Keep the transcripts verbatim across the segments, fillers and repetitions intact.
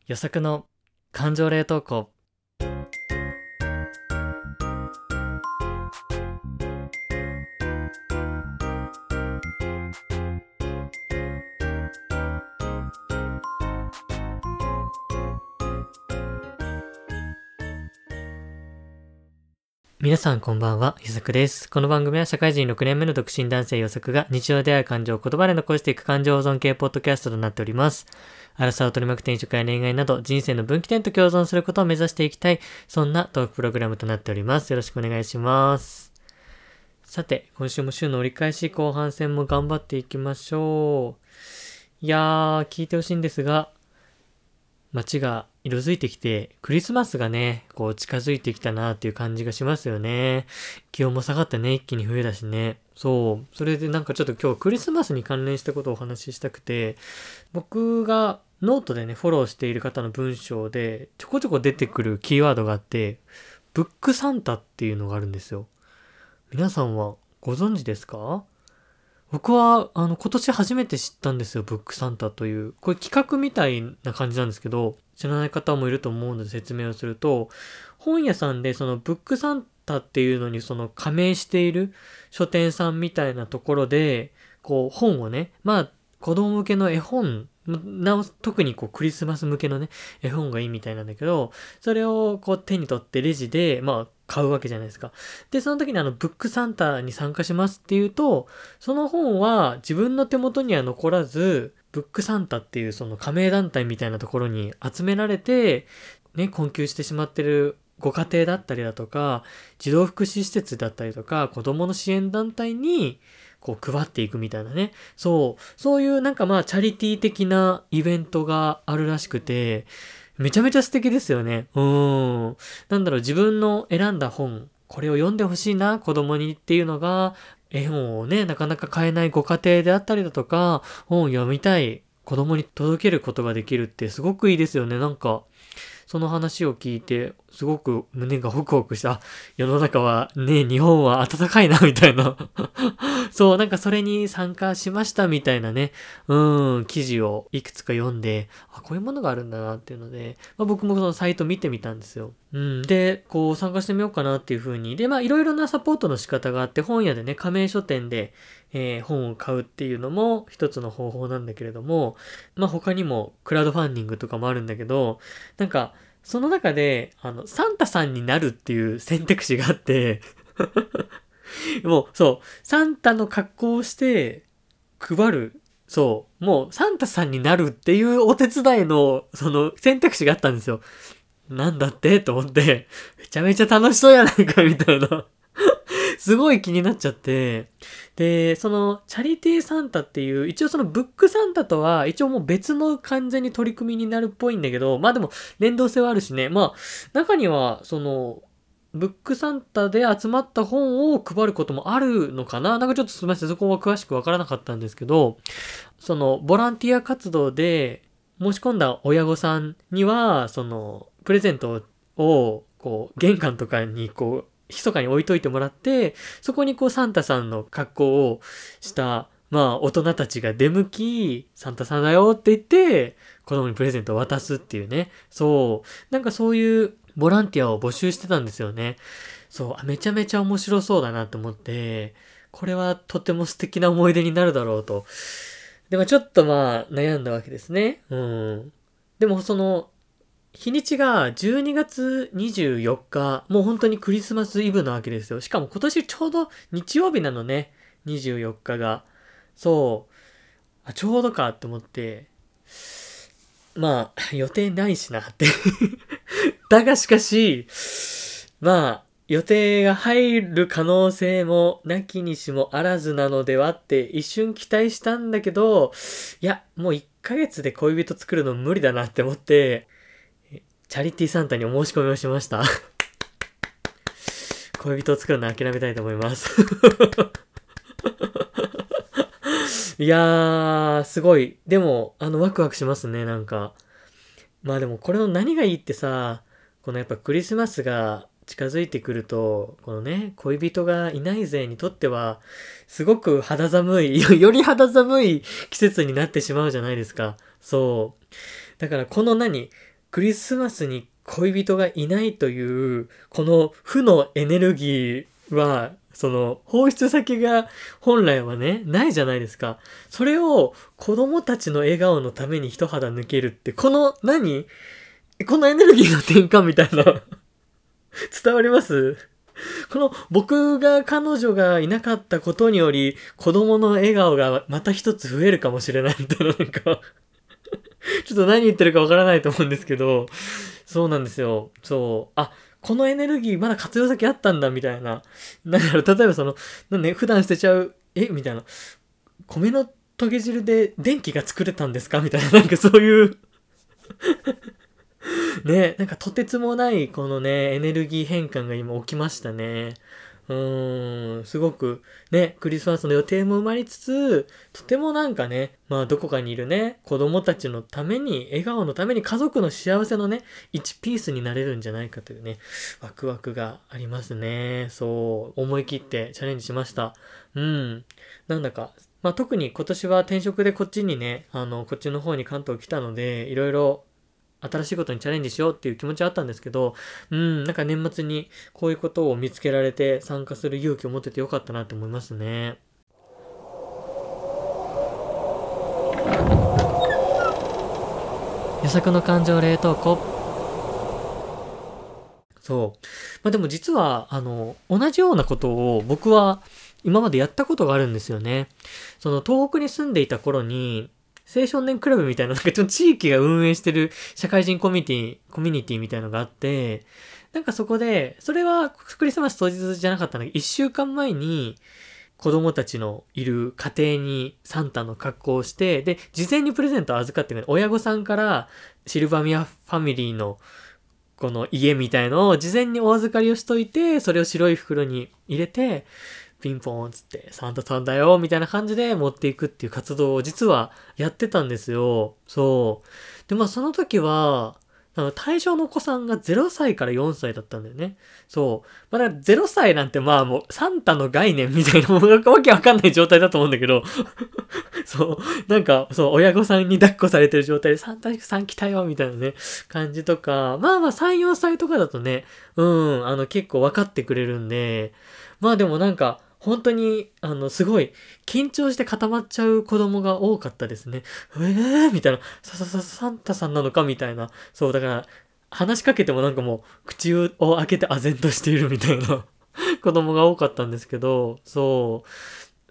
予測の感情冷凍庫。皆さんこんばんは、予測です。この番組は社会人ろくねんめの独身男性予測が日常である感情を言葉で残していく感情保存系ポッドキャストとなっております。アラサーを取り巻く転職や恋愛など人生の分岐点と共存することを目指していきたい、そんなトークプログラムとなっております。よろしくお願いします。さて、今週も週の折り返し後半戦も頑張っていきましょう。いやー、聞いてほしいんですが、街が色づいてきて、クリスマスがね、こう近づいてきたなっていう感じがしますよね。気温も下がってね、一気に冬だしね。そう。それでなんかちょっと今日クリスマスに関連したことをお話ししたくて、僕がノートでね、フォローしている方の文章で、ちょこちょこ出てくるキーワードがあって、ブックサンタっていうのがあるんですよ。皆さんはご存知ですか？僕は、あの、今年初めて知ったんですよ、ブックサンタという。これ企画みたいな感じなんですけど、知らない方もいると思うので説明をすると、本屋さんでそのブックサンタっていうのにその加盟している書店さんみたいなところで、こう本をね、まあ、子供向けの絵本、なお特にこうクリスマス向けのね、絵本がいいみたいなんだけど、それをこう手に取ってレジで、まあ、買うわけじゃないですか。で、その時にあの、ブックサンタに参加しますっていうと、その本は自分の手元には残らず、ブックサンタっていうその加盟団体みたいなところに集められて、ね、困窮してしまってるご家庭だったりだとか、児童福祉施設だったりとか、子供の支援団体に、こう配っていくみたいなね。そう。そういうなんかまあチャリティー的なイベントがあるらしくて、めちゃめちゃ素敵ですよね。うーん。なんだろう、自分の選んだ本、これを読んでほしいな、子供にっていうのが、絵本をね、なかなか買えないご家庭であったりだとか、本を読みたい子供に届けることができるってすごくいいですよね。なんか、その話を聞いて、すごく胸がホクホクした。世の中はね、日本は暖かいな、みたいな。そう、なんかそれに参加しましたみたいなね、うん、記事をいくつか読んで、あ、こういうものがあるんだなっていうので、まあ、僕もそのサイト見てみたんですよ。うん、で、こう参加してみようかなっていう風に。で、まあいろいろなサポートの仕方があって、本屋でね、加盟書店で、えー本を買うっていうのも一つの方法なんだけれども、まあ他にもクラウドファンディングとかもあるんだけど、なんか、その中で、あの、サンタさんになるっていう選択肢があってもう、そう、サンタの格好をして配る。そう、もうサンタさんになるっていうお手伝いの、その選択肢があったんですよ。なんだってと思って、めちゃめちゃ楽しそうやないかみたいな。すごい気になっちゃって。で、その、チャリティーサンタっていう、一応そのブックサンタとは、一応もう別の完全に取り組みになるっぽいんだけど、まあでも、連動性はあるしね。まあ、中には、その、ブックサンタで集まった本を配ることもあるのかな。なんかちょっとすみません、そこは詳しくわからなかったんですけど、その、ボランティア活動で申し込んだ親御さんには、その、プレゼントを、こう、玄関とかにこう、密かに置いといてもらって、そこにこうサンタさんの格好をした、まあ大人たちが出向き、サンタさんだよって言って、子供にプレゼントを渡すっていうね。そう。なんかそういうボランティアを募集してたんですよね。そう。めちゃめちゃ面白そうだなと思って、これはとても素敵な思い出になるだろうと。でもちょっとまあ悩んだわけですね。うん。でもその、日にちがじゅうにがつにじゅうよっか、もう本当にクリスマスイブなわけですよ。しかも今年ちょうど日曜日なのね。にじゅうよっかが。そう。あ、ちょうどかって思って。まあ、予定ないしなってだがしかし、まあ、予定が入る可能性もなきにしもあらずなのではって一瞬期待したんだけど、いや、もういっかげつで恋人作るの無理だなって思って、チャリティーサンタにお申し込みをしました。恋人を作るの諦めたいと思いますいやー、すごい。でも、あの、ワクワクしますね、なんか。まあでも、これの何がいいってさ、このやっぱクリスマスが近づいてくると、このね、恋人がいない勢にとっては、すごく肌寒い、より肌寒い季節になってしまうじゃないですか。そう。だからこの何クリスマスに恋人がいないという、この負のエネルギーは、その放出先が本来はね、ないじゃないですか。それを子供たちの笑顔のために一肌抜けるって、この何このエネルギーの転換みたいな伝わります？この僕が彼女がいなかったことにより子供の笑顔がまた一つ増えるかもしれないみたいな、なんかちょっと何言ってるかわからないと思うんですけど、そうなんですよ。そう。あ、このエネルギーまだ活用先あったんだみたいな。なんだろう、例えばその、なんね、普段捨てちゃう、えみたいな。米の研ぎ汁で電気が作れたんですかみたいな。なんかそういうね、なんかとてつもないこのね、エネルギー変換が今起きましたね。うーん、すごくね、クリスマスの予定も埋まりつつ、とてもなんかね、まあどこかにいるね、子供たちのために、笑顔のために家族の幸せのね、一ピースになれるんじゃないかというね、ワクワクがありますね。そう、思い切ってチャレンジしました。うん。なんだか、まあ特に今年は転職でこっちにね、あの、こっちの方に関東来たので、いろいろ新しいことにチャレンジしようっていう気持ちはあったんですけど、うん、なんか年末にこういうことを見つけられて参加する勇気を持っててよかったなって思いますね。予測の感情冷凍庫。そう。まあでも実は、あの、同じようなことを僕は今までやったことがあるんですよね。その東北に住んでいた頃に、青少年クラブみたいな、なんかちょっと地域が運営してる社会人コミュニティ、コミュニティみたいなのがあって、なんかそこで、それはクリスマス当日じゃなかったんだけど、一週間前に子供たちのいる家庭にサンタの格好をして、で、事前にプレゼントを預かってくれる。親御さんからシルバーミアファミリーのこの家みたいのを事前にお預かりをしといて、それを白い袋に入れて、ピンポーンつって、サンタさんだよ、みたいな感じで持っていくっていう活動を実はやってたんですよ。そう。で、まあその時は、対象のお子さんがゼロさいからよんさいだったんだよね。そう。まあだからゼロさいなんてまあもうサンタの概念みたいなものがわけわかんない状態だと思うんだけど、そう。なんか、そう、親御さんに抱っこされてる状態でサンタさん来たよ、みたいなね、感じとか、まあまあさん、よんさいとかだとね、うん、あの結構わかってくれるんで、まあでもなんか、本当に、あの、すごい、緊張して固まっちゃう子供が多かったですね。えーみたいな、さささ、サンタさんなのかみたいな。そう、だから、話しかけてもなんかもう、口を開けて唖然としているみたいな子供が多かったんですけど、そう、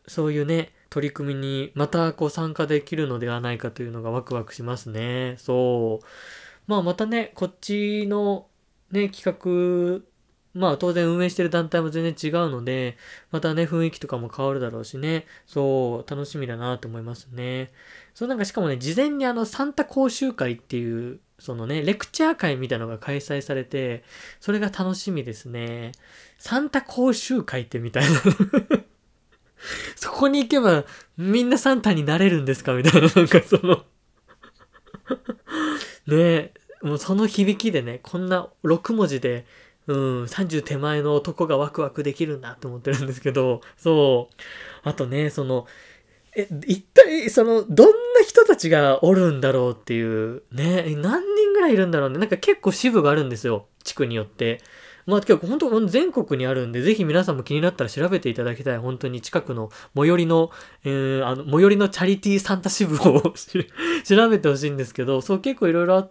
そういうね、取り組みにまたこう参加できるのではないかというのがワクワクしますね。そう。まあまたね、こっちのね、企画、まあ当然運営してる団体も全然違うので、またね、雰囲気とかも変わるだろうしね、そう、楽しみだなと思いますね。そうなんかしかもね、事前にあの、サンタ講習会っていう、そのね、レクチャー会みたいなのが開催されて、それが楽しみですね。サンタ講習会ってみたいなそこに行けばみんなサンタになれるんですかみたいな、なんかそのねえ、もうその響きでね、こんなろく文字で、うん、さんじゅう手前の男がワクワクできるんだって思ってるんですけど、そう。あとね、その、え、一体、その、どんな人たちがおるんだろうっていう、ね、何人ぐらいいるんだろうね。なんか結構支部があるんですよ。地区によって。まあ結構本当全国にあるんで、ぜひ皆さんも気になったら調べていただきたい。本当に近くの最寄りの、えー、あの、最寄りのチャリティーサンタ支部を調べてほしいんですけど、そう結構いろいろあって、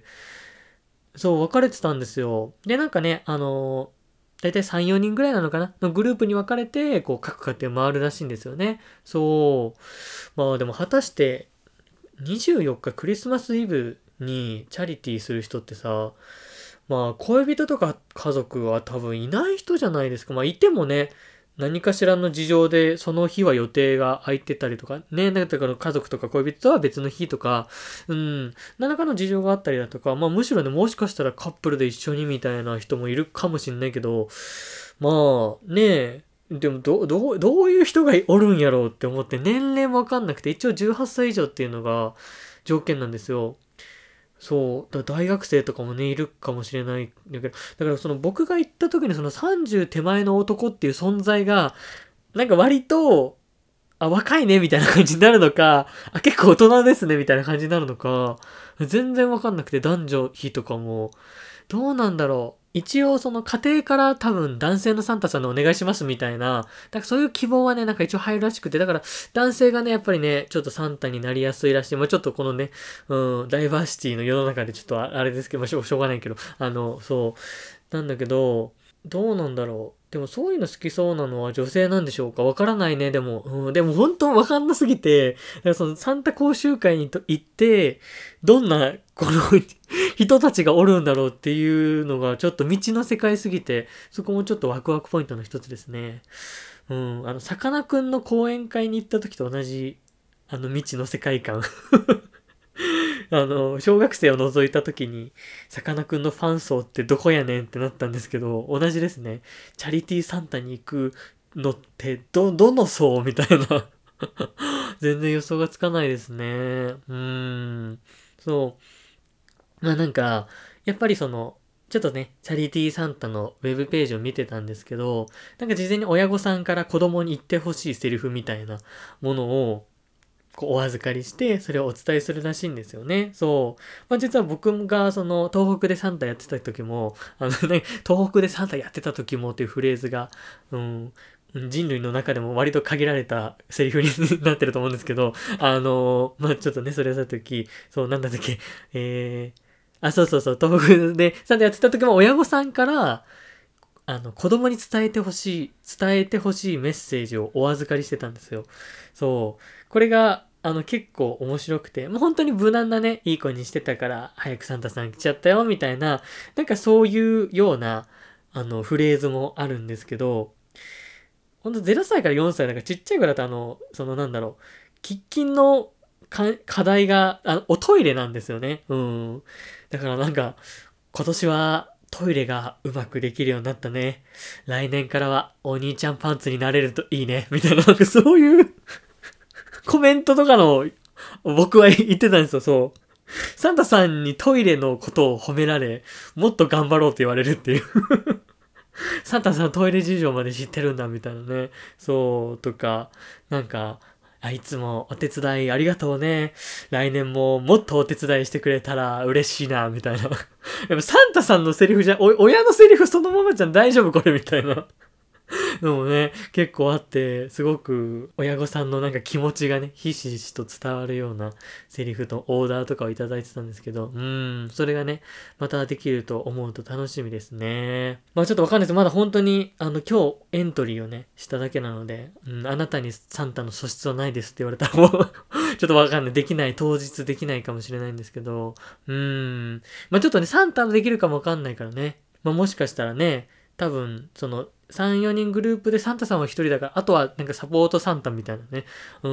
そう分かれてたんですよ。で、なんかね、あのだいたいさん、よにんぐらいなのかなのグループに分かれて、こう各家庭回るらしいんですよね。そう。まあでも果たしてにじゅうよっかクリスマスイブにチャリティーする人ってさ、まあ恋人とか家族は多分いない人じゃないですか。まあいてもね、何かしらの事情でその日は予定が空いてたりとか、ね、だから家族とか恋人とは別の日とか、うん、何らかの事情があったりだとか、まあむしろね、もしかしたらカップルで一緒にみたいな人もいるかもしんないけど、まあね、でもど、どう、どういう人がおるんやろうって思って年齢もわかんなくて、一応じゅうはっさい以上っていうのが条件なんですよ。そう、だ大学生とかもね、いるかもしれないんだけど、だからその僕が行った時にそのさんじゅう手前の男っていう存在が、なんか割と、 あ、若いねみたいな感じになるのか、あ、結構大人ですねみたいな感じになるのか、全然わかんなくて、男女比とかも、どうなんだろう。一応その家庭から多分男性のサンタさんのお願いしますみたいな、だからそういう希望はね、なんか一応入るらしくて、だから男性がね、やっぱりね、ちょっとサンタになりやすいらしい。まあちょっとこのね、うん、ダイバーシティの世の中でちょっとあれですけど、まあしょしょうがないけど、あの、そう、なんだけど、どうなんだろう。でもそういうの好きそうなのは女性なんでしょうか？わからないね、でも。うん、でも本当わかんなすぎて、だからそのサンタ講習会にと行って、どんな、この人たちがおるんだろうっていうのがちょっと未知の世界すぎて、そこもちょっとワクワクポイントの一つですね。うん、あの、さかなクンの講演会に行った時と同じ、あの未知の世界観。あの、小学生を覗いた時に、さかなクンのファン層ってどこやねんってなったんですけど、同じですね。チャリティーサンタに行くのって、ど、どの層みたいな。全然予想がつかないですね。うーん。そう。まあなんか、やっぱりその、ちょっとね、チャリティーサンタのウェブページを見てたんですけど、なんか事前に親御さんから子供に言ってほしいセリフみたいなものを、こうお預かりして、それをお伝えするらしいんですよね。そう。まあ、実は僕がその東北でサンタやってた時も、あのね、東北でサンタやってた時もっていうフレーズが、うん、人類の中でも割と限られたセリフになってると思うんですけど、あのまあ、ちょっとね、それさとき、そう、なんだったっけ、えー、あ、そうそうそう、東北でサンタやってた時も親御さんから、あの、子供に伝えてほしい、伝えてほしいメッセージをお預かりしてたんですよ。そう。これが、あの、結構面白くて、もう本当に無難なね、いい子にしてたから、早くサンタさん来ちゃったよ、みたいな、なんかそういうような、あの、フレーズもあるんですけど、ほんとゼロさいからよんさいなんかちっちゃい子だとあの、そのなんだろう、喫緊のか課題が、あの、おトイレなんですよね。うん。だからなんか、今年はトイレがうまくできるようになったね。来年からはお兄ちゃんパンツになれるといいね。みたいな、なんかそういうコメントとかの僕は言ってたんですよ、そう。サンタさんにトイレのことを褒められ、もっと頑張ろうって言われるっていうサンタさんトイレ事情まで知ってるんだみたいなね。そう、とか、なんか、あいつもお手伝いありがとうね。来年ももっとお手伝いしてくれたら嬉しいな、みたいな。やっぱサンタさんのセリフじゃ、お、親のセリフそのままじゃん大丈夫これみたいな。のもね、結構あって、すごく親御さんのなんか気持ちがね、ひしひしと伝わるようなセリフとオーダーとかをいただいてたんですけど、うーん、それがね、またできると思うと楽しみですね。まあちょっとわかんないです。まだ本当に、あの、今日エントリーをね、しただけなので、うん、あなたにサンタの素質はないですって言われたらもうちょっとわかんない。できない。当日できないかもしれないんですけど、うーん。まあちょっとね、サンタのできるかもわかんないからね。まあもしかしたらね、多分、その、さん、よにんグループでサンタさんはひとりだから、あとはなんかサポートサンタみたいなね、うん、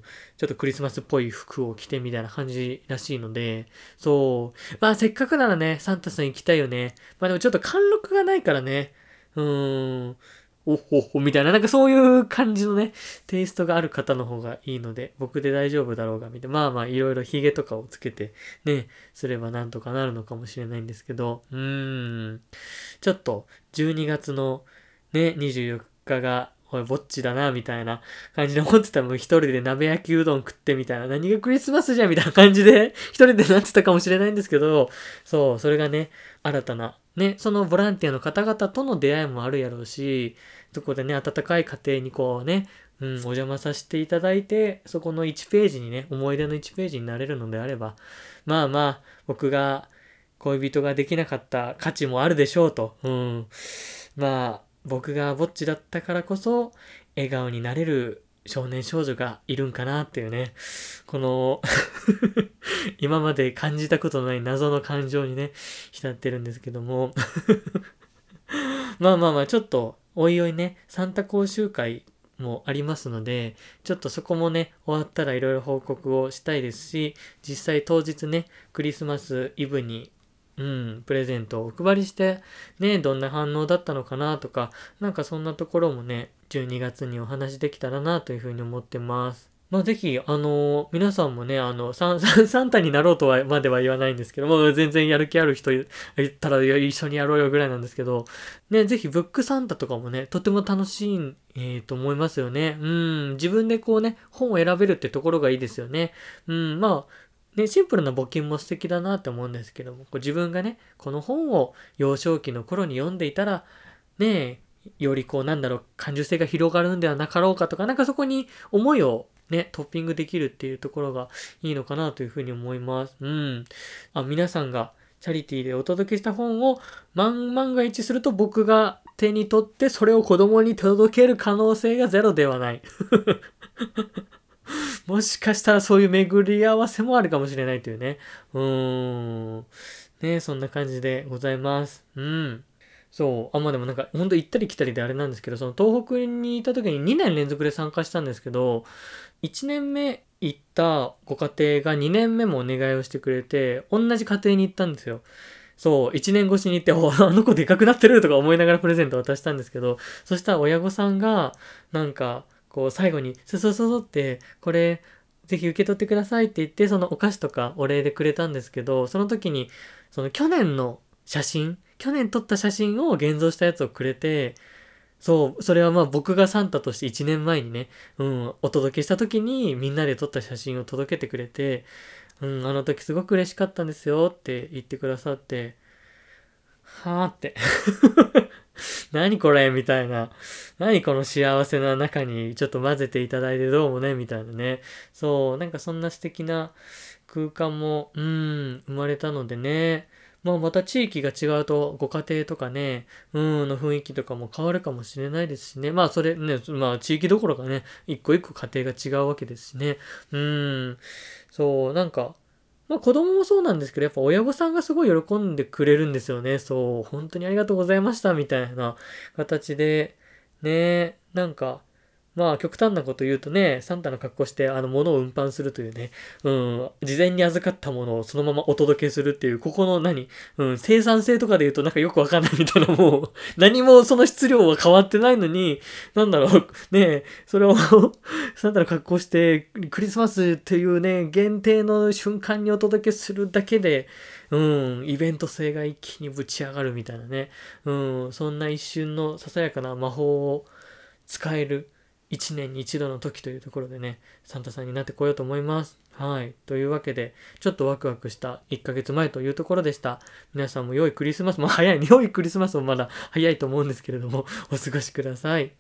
ちょっとクリスマスっぽい服を着てみたいな感じらしいので、そう、まあせっかくならね、サンタさん行きたいよね。まあでもちょっと貫禄がないからね、うーん、おほほみたいな、なんかそういう感じのね、テイストがある方の方がいいので、僕で大丈夫だろうが、みたいな、まあまあいろいろヒゲとかをつけて、ね、すればなんとかなるのかもしれないんですけど、うーん、ちょっとじゅうにがつのね、にじゅうよっかが、おい、ぼっちだな、みたいな感じで思ってたらもう一人で鍋焼きうどん食ってみたいな、何がクリスマスじゃんみたいな感じで、一人でなってたかもしれないんですけど、そう、それがね、新たな、ね、そのボランティアの方々との出会いもあるやろうし、そこでね、温かい家庭にこうね、うん、お邪魔させていただいて、そこのいちページにね、思い出のいちページになれるのであれば、まあまあ、僕が恋人ができなかった価値もあるでしょうと。うん。まあ、僕がぼっちだったからこそ、笑顔になれる少年少女がいるんかなっていうね。この今まで感じたことのない謎の感情にね、浸ってるんですけどもまあまあまあ、ちょっと、おいおいね、サンタ講習会もありますので、ちょっとそこもね、終わったらいろいろ報告をしたいですし、実際当日ね、クリスマスイブに、うん、プレゼントをお配りして、ね、どんな反応だったのかなとか、なんかそんなところもね、じゅうにがつにお話できたらなというふうに思ってます。 まあ、ぜひ、あのー皆さんもね、あの、サン、サンサンタになろうとは、までは言わないんですけども、全然やる気ある人いたら一緒にやろうよぐらいなんですけど、ね、ぜひ、ブックサンタとかもね、とても楽しい、えーと思いますよね。うん、自分でこうね、本を選べるってところがいいですよね。うん、まあ、ね、シンプルな募金も素敵だなって思うんですけども、こう自分がね、この本を幼少期の頃に読んでいたら、ねえ、よりこうなんだろう、感受性が広がるんではなかろうかとか、なんかそこに思いをね、トッピングできるっていうところがいいのかなというふうに思います。うん。あ、皆さんがチャリティーでお届けした本を万万が一すると僕が手に取ってそれを子供に届ける可能性がゼロではない。もしかしたらそういう巡り合わせもあるかもしれないというね。うーん。ね、そんな感じでございます。うん。そう。あ、まあでもなんか、ほんと行ったり来たりであれなんですけど、その東北にいた時ににねん連続で参加したんですけど、いちねんめ行ったご家庭がにねんめもお願いをしてくれて、同じ家庭に行ったんですよ。そう、いちねん越しに行って、お、あの子でかくなってるとか思いながらプレゼント渡したんですけど、そしたら親御さんが、なんか、こう最後に、そうそうそうって、これ、ぜひ受け取ってくださいって言って、そのお菓子とかお礼でくれたんですけど、その時に、その去年の写真、去年撮った写真を現像したやつをくれて、そう、それはまあ僕がサンタとしていちねんまえにね、うん、お届けした時にみんなで撮った写真を届けてくれて、うん、あの時すごく嬉しかったんですよって言ってくださって、はーって。何これみたいな。何この幸せな中にちょっと混ぜていただいてどうもねみたいなね。そう、なんかそんな素敵な空間も、うん、生まれたのでね。まあまた地域が違うとご家庭とかね、うん、の雰囲気とかも変わるかもしれないですしね。まあそれね、まあ地域どころかね、一個一個家庭が違うわけですしね。うん、そう、なんか、まあ子供もそうなんですけど、やっぱ親御さんがすごい喜んでくれるんですよね。そう、本当にありがとうございました、みたいな形で、ね、なんか、まあ極端なこと言うとね、サンタの格好してあの物を運搬するというね、うん、事前に預かったものをそのままお届けするっていう、ここの何、うん、生産性とかで言うとなんかよくわかんないみたいな、もう、何もその質量は変わってないのに、なんだろう、ね、それをサンタの格好して、クリスマスっていうね、限定の瞬間にお届けするだけで、うん、イベント性が一気にぶち上がるみたいなね。うん、そんな一瞬のささやかな魔法を使える一年に一度の時というところでね、サンタさんになってこようと思います。はい。というわけで、ちょっとワクワクしたいっかげつまえというところでした。皆さんも良いクリスマスも早いね。良いクリスマスもまだ早いと思うんですけれども、お過ごしください。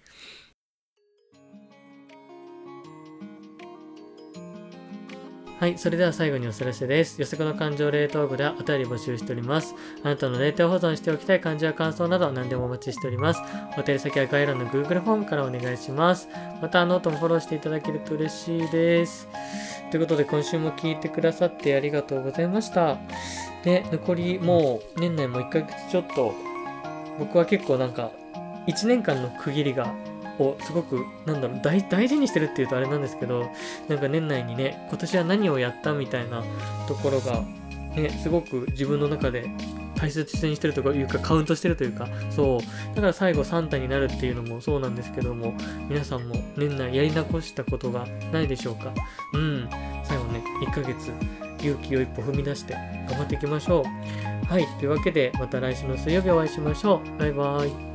はい。それでは最後にお知らせです。よせこの感情冷凍庫ではお便り募集しております。あなたの冷凍保存しておきたい感情や感想など何でもお待ちしております。お便り先は概要欄の Google フォームからお願いします。またノートもフォローしていただけると嬉しいです。ということで今週も聞いてくださってありがとうございました。で、残りもう年内もいっかげつちょっと、僕は結構なんかいちねんかんの区切りがをすごくなんだろう 大, 大事にしてるっていうとあれなんですけど、なんか年内にね今年は何をやったみたいなところがねすごく自分の中で大切にしてるというかカウントしてるというか、そうだから最後サンタになるっていうのもそうなんですけども、皆さんも年内やり残したことがないでしょうか。うん、最後ねいっかげつ勇気を一歩踏み出して頑張っていきましょう。はい、というわけでまた来週の水曜日お会いしましょう。バイバイ。